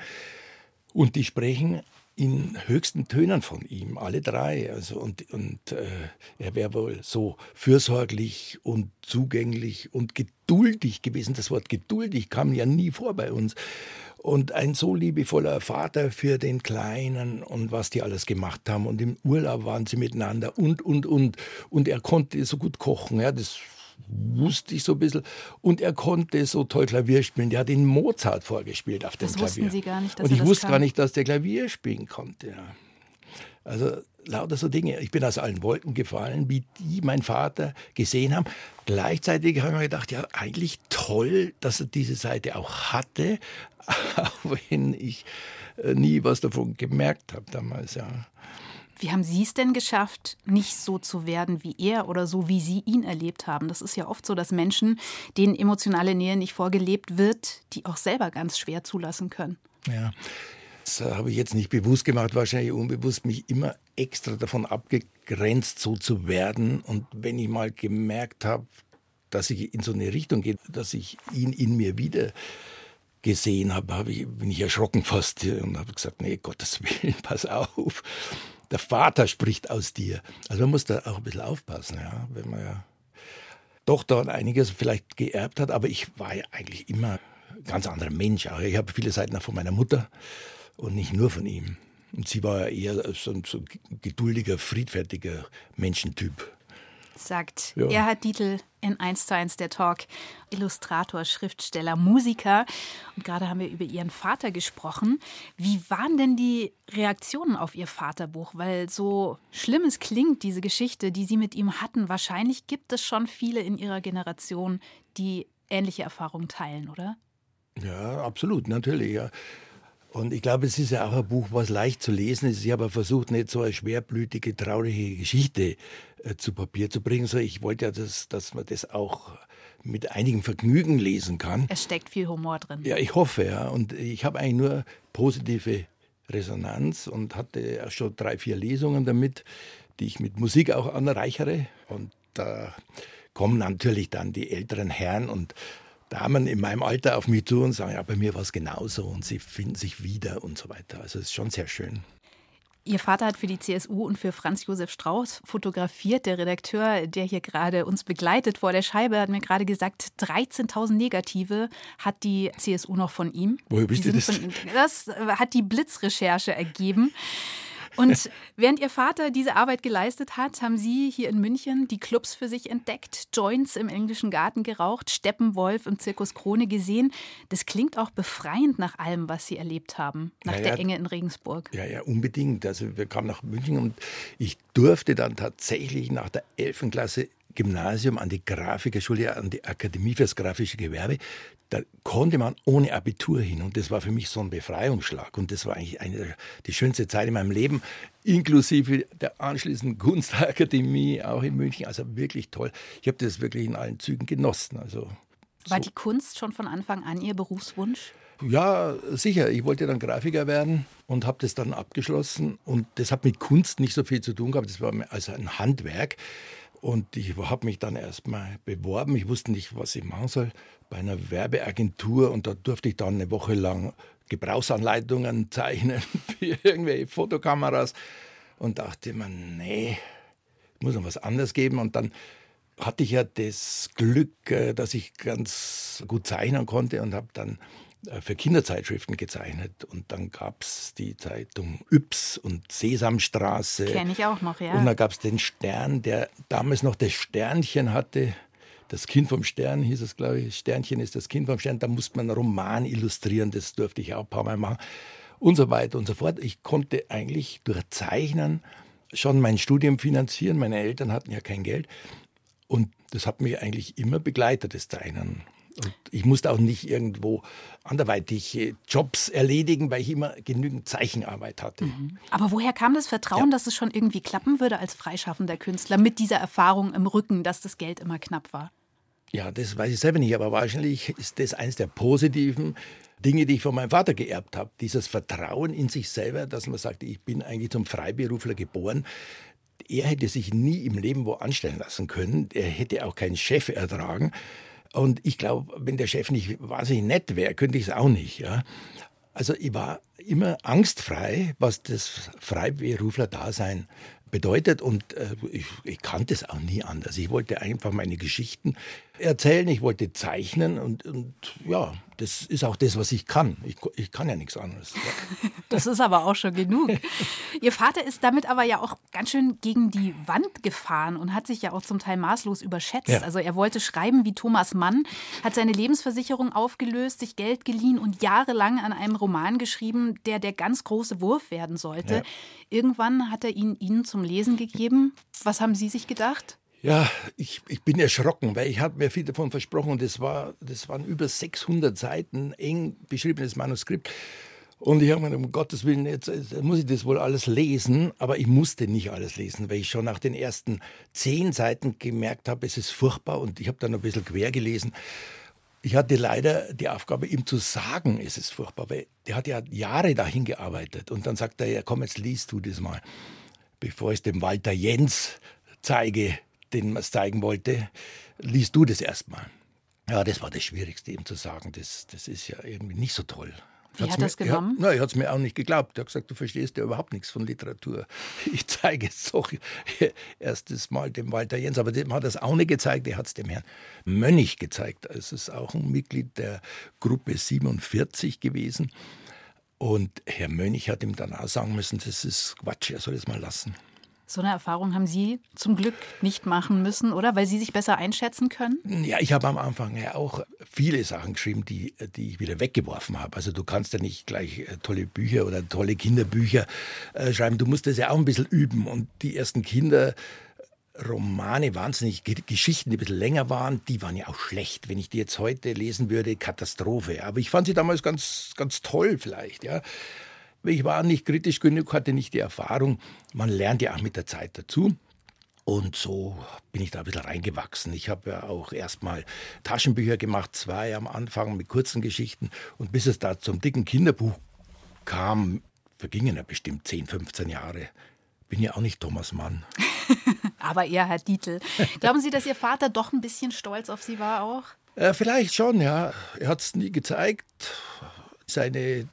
Und die sprechen in höchsten Tönen von ihm, alle drei. Also und und äh, er wäre wohl so fürsorglich und zugänglich und geduldig gewesen. Das Wort geduldig kam ja nie vor bei uns. Und ein so liebevoller Vater für den Kleinen und was die alles gemacht haben. Und im Urlaub waren sie miteinander und, und, und. Und er konnte so gut kochen, ja, das wusste ich so ein bisschen. Und er konnte so toll Klavier spielen. Der hat den Mozart vorgespielt auf dem Das Klavier. wussten Sie gar nicht, dass Und er ich das wusste kann. gar nicht, dass der Klavier spielen konnte. Ja. Also lauter so Dinge. Ich bin aus allen Wolken gefallen, wie die mein Vater gesehen haben. Gleichzeitig habe ich mir gedacht, ja, eigentlich toll, dass er diese Seite auch hatte, auch wenn ich äh, nie was davon gemerkt habe damals, ja. Wie haben Sie es denn geschafft, nicht so zu werden wie er oder so, wie Sie ihn erlebt haben? Das ist ja oft so, dass Menschen, denen emotionale Nähe nicht vorgelebt wird, die auch selber ganz schwer zulassen können. Ja. Das habe ich jetzt nicht bewusst gemacht, wahrscheinlich unbewusst, mich immer extra davon abgegrenzt, so zu werden. Und wenn ich mal gemerkt habe, dass ich in so eine Richtung gehe, dass ich ihn in mir wieder gesehen habe, habe ich, bin ich erschrocken fast und habe gesagt, nee, Gottes Willen, pass auf. Der Vater spricht aus dir. Also man muss da auch ein bisschen aufpassen, ja, wenn man ja doch da einiges vielleicht geerbt hat. Aber ich war ja eigentlich immer ein ganz anderer Mensch. Auch ich habe viele Seiten auch von meiner Mutter und nicht nur von ihm. Und sie war ja eher so ein so geduldiger, friedfertiger Menschentyp. Sagt Ja. Erhard Dietl in eins zu eins der Talk. Illustrator, Schriftsteller, Musiker. Und gerade haben wir über Ihren Vater gesprochen. Wie waren denn die Reaktionen auf Ihr Vaterbuch? Weil so schlimm es klingt, diese Geschichte, die Sie mit ihm hatten, wahrscheinlich gibt es schon viele in Ihrer Generation, die ähnliche Erfahrungen teilen, oder? Ja, absolut, natürlich, ja. Und ich glaube, es ist ja auch ein Buch, was leicht zu lesen ist. Ich habe versucht, nicht so eine schwerblütige, traurige Geschichte äh, zu Papier zu bringen, sondern ich wollte ja, dass, dass man das auch mit einigem Vergnügen lesen kann. Es steckt viel Humor drin. Ja, ich hoffe, ja. Und ich habe eigentlich nur positive Resonanz und hatte auch schon drei, vier Lesungen damit, die ich mit Musik auch anreichere. Und da kommen natürlich dann die älteren Herren und Damen in meinem Alter auf mich zu und sagen, ja, bei mir war es genauso und sie finden sich wieder und so weiter. Also es ist schon sehr schön. Ihr Vater hat für die C S U und für Franz Josef Strauß fotografiert. Der Redakteur, der hier gerade uns begleitet vor der Scheibe, hat mir gerade gesagt, dreizehntausend Negative hat die C S U noch von ihm. Woher wisst Die ihr sind das? Von, das hat die Blitzrecherche ergeben. Und während Ihr Vater diese Arbeit geleistet hat, haben Sie hier in München die Clubs für sich entdeckt, Joints im Englischen Garten geraucht, Steppenwolf im Zirkus Krone gesehen. Das klingt auch befreiend nach allem, was Sie erlebt haben, nach Ja, der ja. Enge in Regensburg. Ja, ja, unbedingt. Also wir kamen nach München und ich durfte dann tatsächlich nach der elften Klasse Gymnasium an die Grafikerschule, an die Akademie fürs grafische Gewerbe. Da konnte man ohne Abitur hin und das war für mich so ein Befreiungsschlag und das war eigentlich eine der, die schönste Zeit in meinem Leben, inklusive der anschließenden Kunstakademie auch in München. Also wirklich toll. Ich habe das wirklich in allen Zügen genossen. Also War so. die Kunst schon von Anfang an Ihr Berufswunsch? Ja, sicher. Ich wollte dann Grafiker werden und habe das dann abgeschlossen. Und das hat mit Kunst nicht so viel zu tun gehabt. Das war also ein Handwerk. Und ich habe mich dann erst mal beworben. Ich wusste nicht, was ich machen soll, bei einer Werbeagentur. Und da durfte ich dann eine Woche lang Gebrauchsanleitungen zeichnen für irgendwelche Fotokameras. Und dachte mir, nee, muss noch was anderes geben. Und dann hatte ich ja das Glück, dass ich ganz gut zeichnen konnte und habe dann für Kinderzeitschriften gezeichnet. Und dann gab es die Zeitung Yps und Sesamstraße. Kenne ich auch noch, ja. Und dann gab es den Stern, der damals noch das Sternchen hatte. Das Kind vom Stern hieß es, glaube ich. Sternchen ist das Kind vom Stern. Da musste man einen Roman illustrieren. Das durfte ich auch ein paar Mal machen. Und so weiter und so fort. Ich konnte eigentlich durch Zeichnen schon mein Studium finanzieren. Meine Eltern hatten ja kein Geld. Und das hat mich eigentlich immer begleitet, das Zeichnen. Und ich musste auch nicht irgendwo anderweitig Jobs erledigen, weil ich immer genügend Zeichenarbeit hatte. Mhm. Aber woher kam das Vertrauen, ja. dass es schon irgendwie klappen würde als freischaffender Künstler mit dieser Erfahrung im Rücken, dass das Geld immer knapp war? Ja, das weiß ich selber nicht, aber wahrscheinlich ist das eines der positiven Dinge, die ich von meinem Vater geerbt habe. Dieses Vertrauen in sich selber, dass man sagt, ich bin eigentlich zum Freiberufler geboren. Er hätte sich nie im Leben wo anstellen lassen können. Er hätte auch keinen Chef ertragen. Und ich glaube, wenn der Chef nicht wahnsinnig nett wäre, könnte ich es auch nicht. Ja? Also ich war immer angstfrei, was das Freiberufler-Dasein bedeutet. Und äh, ich, ich kannte es auch nie anders. Ich wollte einfach meine Geschichten erzählen, ich wollte zeichnen. Und, und ja, das ist auch das, was ich kann. Ich, ich kann ja nichts anderes. Ja. Das ist aber auch schon genug. Ihr Vater ist damit aber ja auch ganz schön gegen die Wand gefahren und hat sich ja auch zum Teil maßlos überschätzt. Ja. Also er wollte schreiben wie Thomas Mann, hat seine Lebensversicherung aufgelöst, sich Geld geliehen und jahrelang an einem Roman geschrieben, der der ganz große Wurf werden sollte. Ja. Irgendwann hat er ihn Ihnen zum Lesen gegeben. Was haben Sie sich gedacht? Ja, ich, ich bin erschrocken, weil ich habe mir viel davon versprochen und das, war, das waren über sechshundert Seiten eng beschriebenes Manuskript. Und ich habe mir gedacht, um Gottes Willen, jetzt, jetzt muss ich das wohl alles lesen. Aber ich musste nicht alles lesen, weil ich schon nach den ersten zehn Seiten gemerkt habe, es ist furchtbar. Und ich habe dann ein bisschen quer gelesen. Ich hatte leider die Aufgabe, ihm zu sagen, es ist furchtbar, weil der hat ja Jahre dahin gearbeitet. Und dann sagt er, ja komm, jetzt liest du das mal, bevor ich es dem Walter Jens zeige, den man es zeigen wollte, liest du das erstmal. Ja, das war das Schwierigste, ihm zu sagen. Das, das ist ja irgendwie nicht so toll. Wie hat er es genommen? Er, er hat es mir auch nicht geglaubt. Er hat gesagt, du verstehst ja überhaupt nichts von Literatur. Ich zeige es doch erstes Mal dem Walter Jens. Aber dem hat er es auch nicht gezeigt. Er hat es dem Herrn Mönch gezeigt. Es ist auch ein Mitglied der Gruppe siebenundvierzig gewesen. Und Herr Mönch hat ihm dann auch sagen müssen, das ist Quatsch, er soll es mal lassen. So eine Erfahrung haben Sie zum Glück nicht machen müssen, oder? Weil Sie sich besser einschätzen können? Ja, ich habe am Anfang ja auch viele Sachen geschrieben, die, die ich wieder weggeworfen habe. Also du kannst ja nicht gleich tolle Bücher oder tolle Kinderbücher äh, schreiben. Du musst das ja auch ein bisschen üben. Und die ersten Kinderromane, wahnsinnig Geschichten, die ein bisschen länger waren, die waren ja auch schlecht. Wenn ich die jetzt heute lesen würde, Katastrophe. Aber ich fand sie damals ganz, ganz toll vielleicht, ja. Ich war nicht kritisch genug, hatte nicht die Erfahrung. Man lernt ja auch mit der Zeit dazu. Und so bin ich da ein bisschen reingewachsen. Ich habe ja auch erstmal Taschenbücher gemacht, zwei am Anfang mit kurzen Geschichten. Und bis es da zum dicken Kinderbuch kam, vergingen ja bestimmt zehn, fünfzehn Jahre. Bin ja auch nicht Thomas Mann. Aber eher Herr Dietl. Glauben Sie, dass Ihr Vater doch ein bisschen stolz auf Sie war auch? Äh, vielleicht schon, ja. Er hat es nie gezeigt. Seine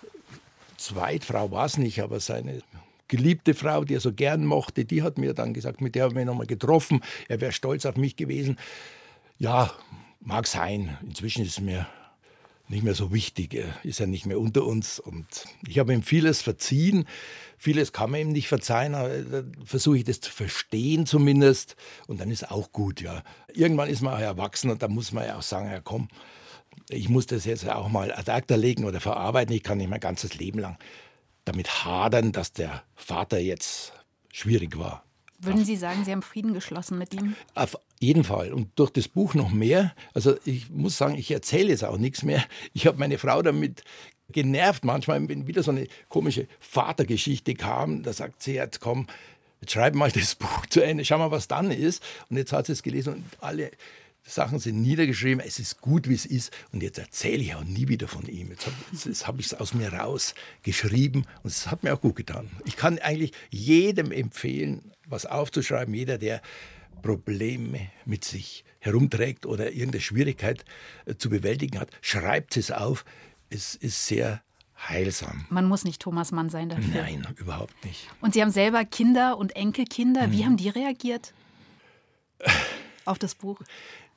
Zweitfrau war es nicht, aber seine geliebte Frau, die er so gern mochte, die hat mir dann gesagt, mit der haben wir nochmal getroffen, er wäre stolz auf mich gewesen. Ja, mag sein. Inzwischen ist es mir nicht mehr so wichtig. Er ist ja nicht mehr unter uns. Und ich habe ihm vieles verziehen. Vieles kann man ihm nicht verzeihen, aber dann versuche ich das zu verstehen zumindest. Und dann ist auch gut, ja. Irgendwann ist man auch erwachsen und da muss man ja auch sagen, ja komm, ich muss das jetzt auch mal ad acta legen oder verarbeiten. Ich kann nicht mein ganzes Leben lang damit hadern, dass der Vater jetzt schwierig war. Würden Sie sagen, Sie haben Frieden geschlossen mit ihm? Auf jeden Fall. Und durch das Buch noch mehr. Also ich muss sagen, ich erzähle jetzt auch nichts mehr. Ich habe meine Frau damit genervt. Manchmal, wenn wieder so eine komische Vatergeschichte kam, da sagt sie, jetzt komm, jetzt schreib mal das Buch zu Ende, schau mal, was dann ist. Und jetzt hat sie es gelesen und alle Sachen sind niedergeschrieben, es ist gut, wie es ist. Und jetzt erzähle ich auch nie wieder von ihm. Jetzt habe hab ich es aus mir rausgeschrieben und es hat mir auch gut getan. Ich kann eigentlich jedem empfehlen, was aufzuschreiben. Jeder, der Probleme mit sich herumträgt oder irgendeine Schwierigkeit äh, zu bewältigen hat, schreibt es auf. Es ist sehr heilsam. Man muss nicht Thomas Mann sein dafür. Nein, überhaupt nicht. Und Sie haben selber Kinder und Enkelkinder. Wie hm. haben die reagiert auf das Buch?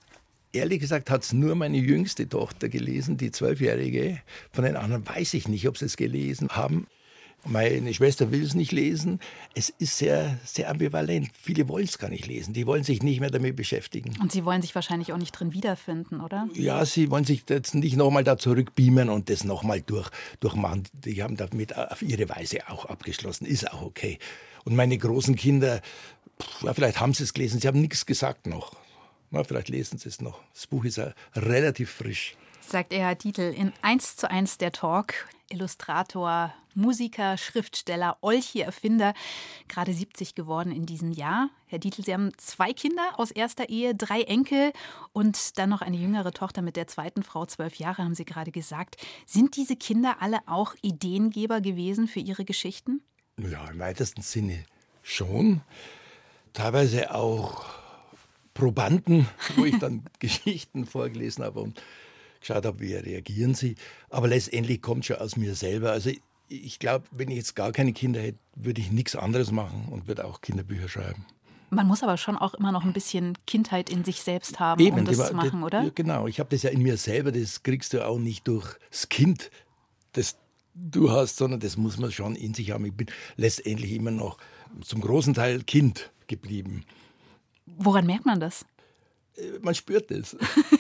Ehrlich gesagt hat es nur meine jüngste Tochter gelesen, die Zwölfjährige. Von den anderen weiß ich nicht, ob sie es gelesen haben. Meine Schwester will es nicht lesen. Es ist sehr, sehr ambivalent. Viele wollen es gar nicht lesen. Die wollen sich nicht mehr damit beschäftigen. Und Sie wollen sich wahrscheinlich auch nicht drin wiederfinden, oder? Ja, sie wollen sich jetzt nicht nochmal da zurückbeamen und das nochmal durch, durchmachen. Die haben damit auf ihre Weise auch abgeschlossen. Ist auch okay. Und meine großen Kinder, ja, vielleicht haben sie es gelesen. Sie haben nichts gesagt noch. Na, vielleicht lesen Sie es noch. Das Buch ist ja relativ frisch. Sagt Erhard Dietl in eins zu eins der Talk. Illustrator, Musiker, Schriftsteller, Olchi-Erfinder. Gerade siebzig geworden in diesem Jahr. Herr Dietl, Sie haben zwei Kinder aus erster Ehe, drei Enkel und dann noch eine jüngere Tochter mit der zweiten Frau. Zwölf Jahre, haben Sie gerade gesagt. Sind diese Kinder alle auch Ideengeber gewesen für Ihre Geschichten? Ja, im weitesten Sinne schon. Teilweise auch Probanden, wo ich dann Geschichten vorgelesen habe und geschaut habe, wie reagieren sie. Aber letztendlich kommt schon aus mir selber. Also ich glaube, wenn ich jetzt gar keine Kinder hätte, würde ich nichts anderes machen und würde auch Kinderbücher schreiben. Man muss aber schon auch immer noch ein bisschen Kindheit in sich selbst haben, Eben, um das die, zu machen, die, oder? Genau, ich habe das ja in mir selber, das kriegst du auch nicht durchs Kind, das du hast, sondern das muss man schon in sich haben. Ich bin letztendlich immer noch zum großen Teil Kind geblieben. Woran merkt man das? Man spürt es.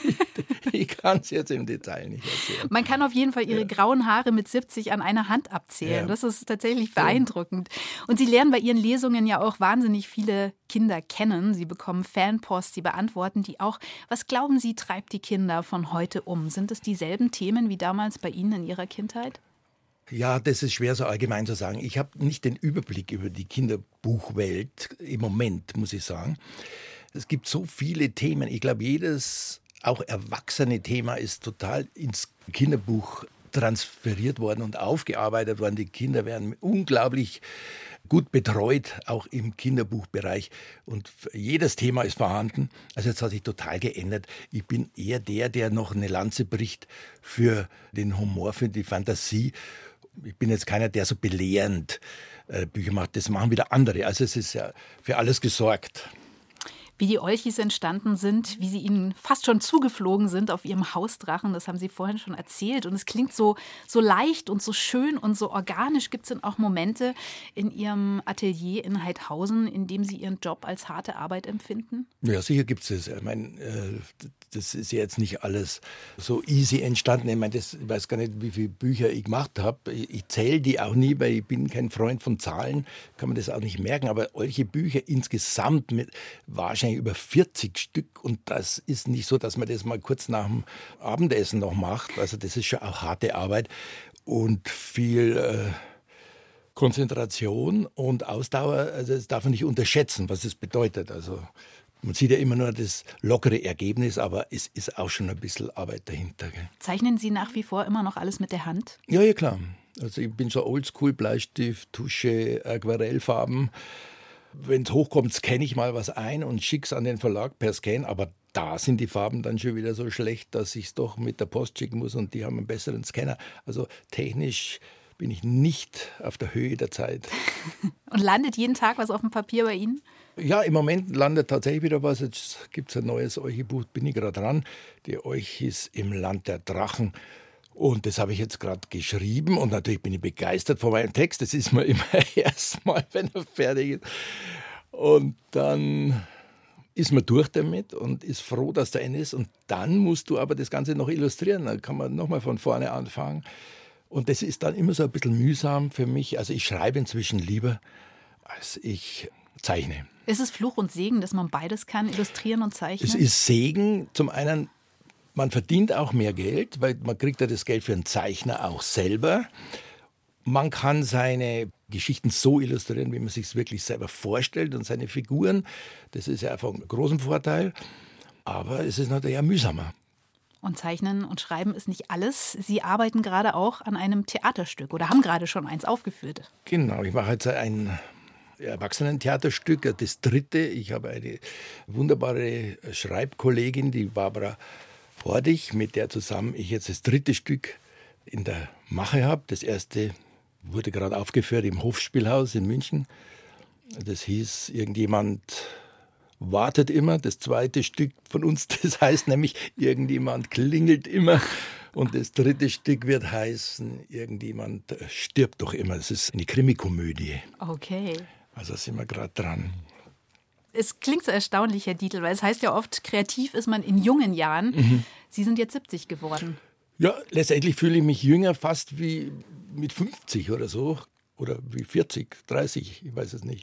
Ich kann es jetzt im Detail nicht erzählen. Man kann auf jeden Fall Ihre ja. grauen Haare mit siebzig an einer Hand abzählen. Ja. Das ist tatsächlich beeindruckend. Und Sie lernen bei Ihren Lesungen ja auch wahnsinnig viele Kinder kennen. Sie bekommen Fanpost, Sie beantworten die auch. Was glauben Sie, treibt die Kinder von heute um? Sind es dieselben Themen wie damals bei Ihnen in Ihrer Kindheit? Ja, das ist schwer so allgemein zu sagen. Ich habe nicht den Überblick über die Kinderbuchwelt im Moment, muss ich sagen. Es gibt so viele Themen. Ich glaube, jedes auch erwachsene Thema ist total ins Kinderbuch transferiert worden und aufgearbeitet worden. Die Kinder werden unglaublich gut betreut, auch im Kinderbuchbereich. Und jedes Thema ist vorhanden. Also jetzt hat sich total geändert. Ich bin eher der, der noch eine Lanze bricht für den Humor, für die Fantasie. Ich bin jetzt keiner, der so belehrend äh, Bücher macht. Das machen wieder andere. Also es ist ja für alles gesorgt. Wie die Olchis entstanden sind, wie sie ihnen fast schon zugeflogen sind auf ihrem Hausdrachen, das haben Sie vorhin schon erzählt. Und es klingt so, so leicht und so schön und so organisch. Gibt es denn auch Momente in Ihrem Atelier in Haidhausen, in dem Sie Ihren Job als harte Arbeit empfinden? Ja, sicher gibt es das. Ich meine, das ist ja jetzt nicht alles so easy entstanden. Ich meine, das, ich weiß gar nicht, wie viele Bücher ich gemacht habe. Ich, ich zähle die auch nie, weil ich bin kein Freund von Zahlen, kann man das auch nicht merken. Aber solche Bücher insgesamt mit wahrscheinlich über vierzig Stück, und das ist nicht so, dass man das mal kurz nach dem Abendessen noch macht. Also das ist schon auch harte Arbeit und viel äh, Konzentration und Ausdauer. Also das darf man nicht unterschätzen, was das bedeutet. Also man sieht ja immer nur das lockere Ergebnis, aber es ist auch schon ein bisschen Arbeit dahinter. Gell? Zeichnen Sie nach wie vor immer noch alles mit der Hand? Ja, ja klar. Also ich bin so oldschool, Bleistift, Tusche, Aquarellfarben. Wenn es hochkommt, scanne ich mal was ein und schicke es an den Verlag per Scan. Aber da sind die Farben dann schon wieder so schlecht, dass ich es doch mit der Post schicken muss und die haben einen besseren Scanner. Also technisch bin ich nicht auf der Höhe der Zeit. Und landet jeden Tag was auf dem Papier bei Ihnen? Ja, im Moment landet tatsächlich wieder was. Jetzt gibt es ein neues Olchi-Buch, bin ich gerade dran. Die Olchis im Land der Drachen. Und das habe ich jetzt gerade geschrieben und natürlich bin ich begeistert von meinem Text. Das ist mir immer erst mal, wenn er fertig ist. Und dann ist man durch damit und ist froh, dass der Ende ist. Und dann musst du aber das Ganze noch illustrieren. Dann kann man nochmal von vorne anfangen. Und das ist dann immer so ein bisschen mühsam für mich. Also ich schreibe inzwischen lieber, als ich zeichne. Ist es Fluch und Segen, dass man beides kann, illustrieren und zeichnen? Es ist Segen. Zum einen, man verdient auch mehr Geld, weil man kriegt ja das Geld für einen Zeichner auch selber. Man kann seine Geschichten so illustrieren, wie man sich es wirklich selber vorstellt und seine Figuren. Das ist ja einfach ein großer Vorteil. Aber es ist natürlich auch mühsamer. Und Zeichnen und Schreiben ist nicht alles. Sie arbeiten gerade auch an einem Theaterstück oder haben gerade schon eins aufgeführt. Genau, ich mache jetzt ein Erwachsenentheaterstück, das dritte. Ich habe eine wunderbare Schreibkollegin, die Barbara Hordig, mit der zusammen ich jetzt das dritte Stück in der Mache habe. Das erste wurde gerade aufgeführt im Hofspielhaus in München. Das hieß, irgendjemand wartet immer. Das zweite Stück von uns, das heißt nämlich, irgendjemand klingelt immer. Und das dritte Stück wird heißen, irgendjemand stirbt doch immer. Das ist eine Krimikomödie. Okay. Also sind wir gerade dran. Es klingt so erstaunlich, Herr Dietl, weil es heißt ja oft, kreativ ist man in jungen Jahren. Mhm. Sie sind jetzt siebzig geworden. Ja, letztendlich fühle ich mich jünger fast wie mit fünfzig oder so. Oder wie vierzig, dreißig, ich weiß es nicht.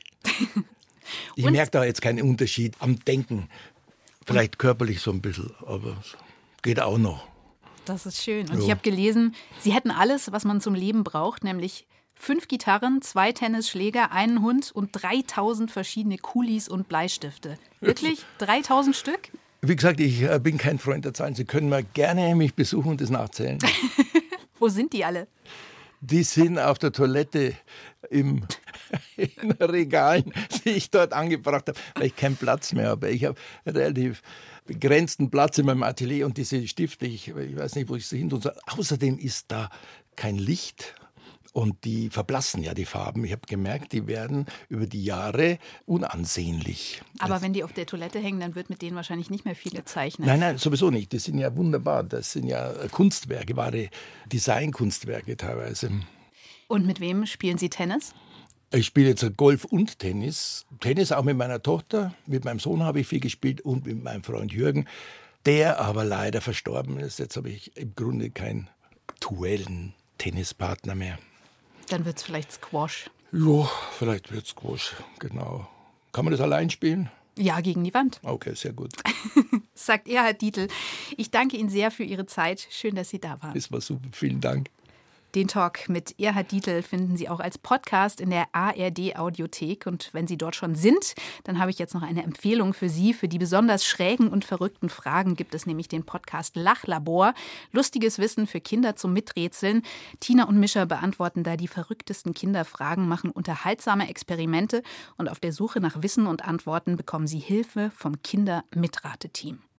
Ich merke da jetzt keinen Unterschied am Denken. Vielleicht körperlich so ein bisschen, aber geht auch noch. Das ist schön. Und jo. Ich habe gelesen, Sie hätten alles, was man zum Leben braucht, nämlich fünf Gitarren, zwei Tennisschläger, einen Hund und dreitausend verschiedene Kulis und Bleistifte. Wirklich? dreitausend Stück? Wie gesagt, ich äh, bin kein Freund der Zahlen. Sie können mal gerne mich besuchen und das nachzählen. Wo sind die alle? Die sind auf der Toilette im, in Regalen, die ich dort angebracht habe, weil ich keinen Platz mehr habe. Ich habe relativ begrenzten Platz in meinem Atelier und diese Stifte, ich, ich weiß nicht, wo ich sie hin tun soll. Außerdem ist da kein Licht. Und die verblassen ja die Farben. Ich habe gemerkt, die werden über die Jahre unansehnlich. Aber wenn die auf der Toilette hängen, dann wird mit denen wahrscheinlich nicht mehr viel gezeichnet. Nein, nein, sowieso nicht. Die sind ja wunderbar. Das sind ja Kunstwerke, wahre Designkunstwerke teilweise. Und mit wem spielen Sie Tennis? Ich spiele jetzt Golf und Tennis. Tennis auch mit meiner Tochter. Mit meinem Sohn habe ich viel gespielt und mit meinem Freund Jürgen, der aber leider verstorben ist. Jetzt habe ich im Grunde keinen aktuellen Tennispartner mehr. Dann wird es vielleicht Squash. Ja, vielleicht wird es Squash, genau. Kann man das allein spielen? Ja, gegen die Wand. Okay, sehr gut. Sagt er, Herr Dietl. Ich danke Ihnen sehr für Ihre Zeit. Schön, dass Sie da waren. Das war super. Vielen Dank. Den Talk mit Erhard Dietl finden Sie auch als Podcast in der A R D-Audiothek. Und wenn Sie dort schon sind, dann habe ich jetzt noch eine Empfehlung für Sie. Für die besonders schrägen und verrückten Fragen gibt es nämlich den Podcast Lachlabor. Lustiges Wissen für Kinder zum Miträtseln. Tina und Mischa beantworten da die verrücktesten Kinderfragen, machen unterhaltsame Experimente. Und auf der Suche nach Wissen und Antworten bekommen Sie Hilfe vom Kinder-Mitrate-Team.